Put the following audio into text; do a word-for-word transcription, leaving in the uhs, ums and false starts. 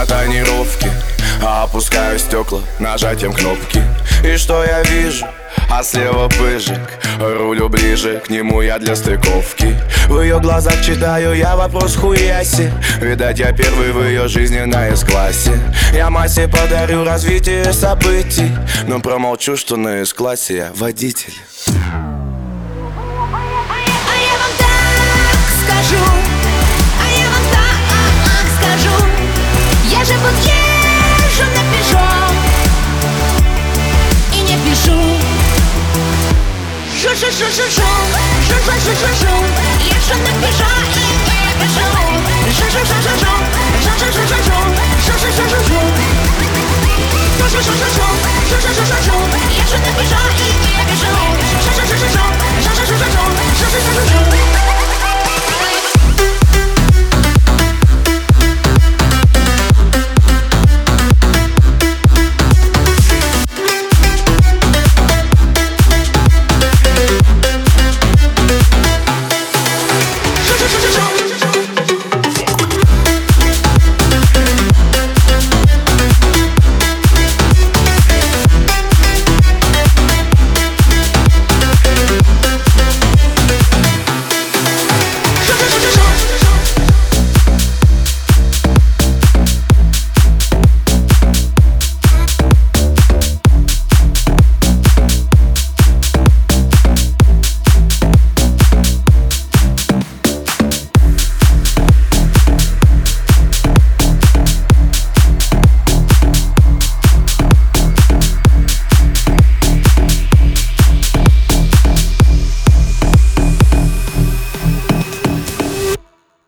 на тонировке, опускаю стекла нажатием кнопки. И что я вижу? А слева пыжик, рулю ближе к нему я для стыковки. В ее глазах читаю я вопрос хуяси. Видать, я первый в ее жизни на С-классе. Я массе подарю развитие событий, но промолчу, что на С-классе я водитель. Я же вот езжу на Peugeot и не пишу. Жу-жу-жу-жу-жу, жу-жу-жу-жу-жу.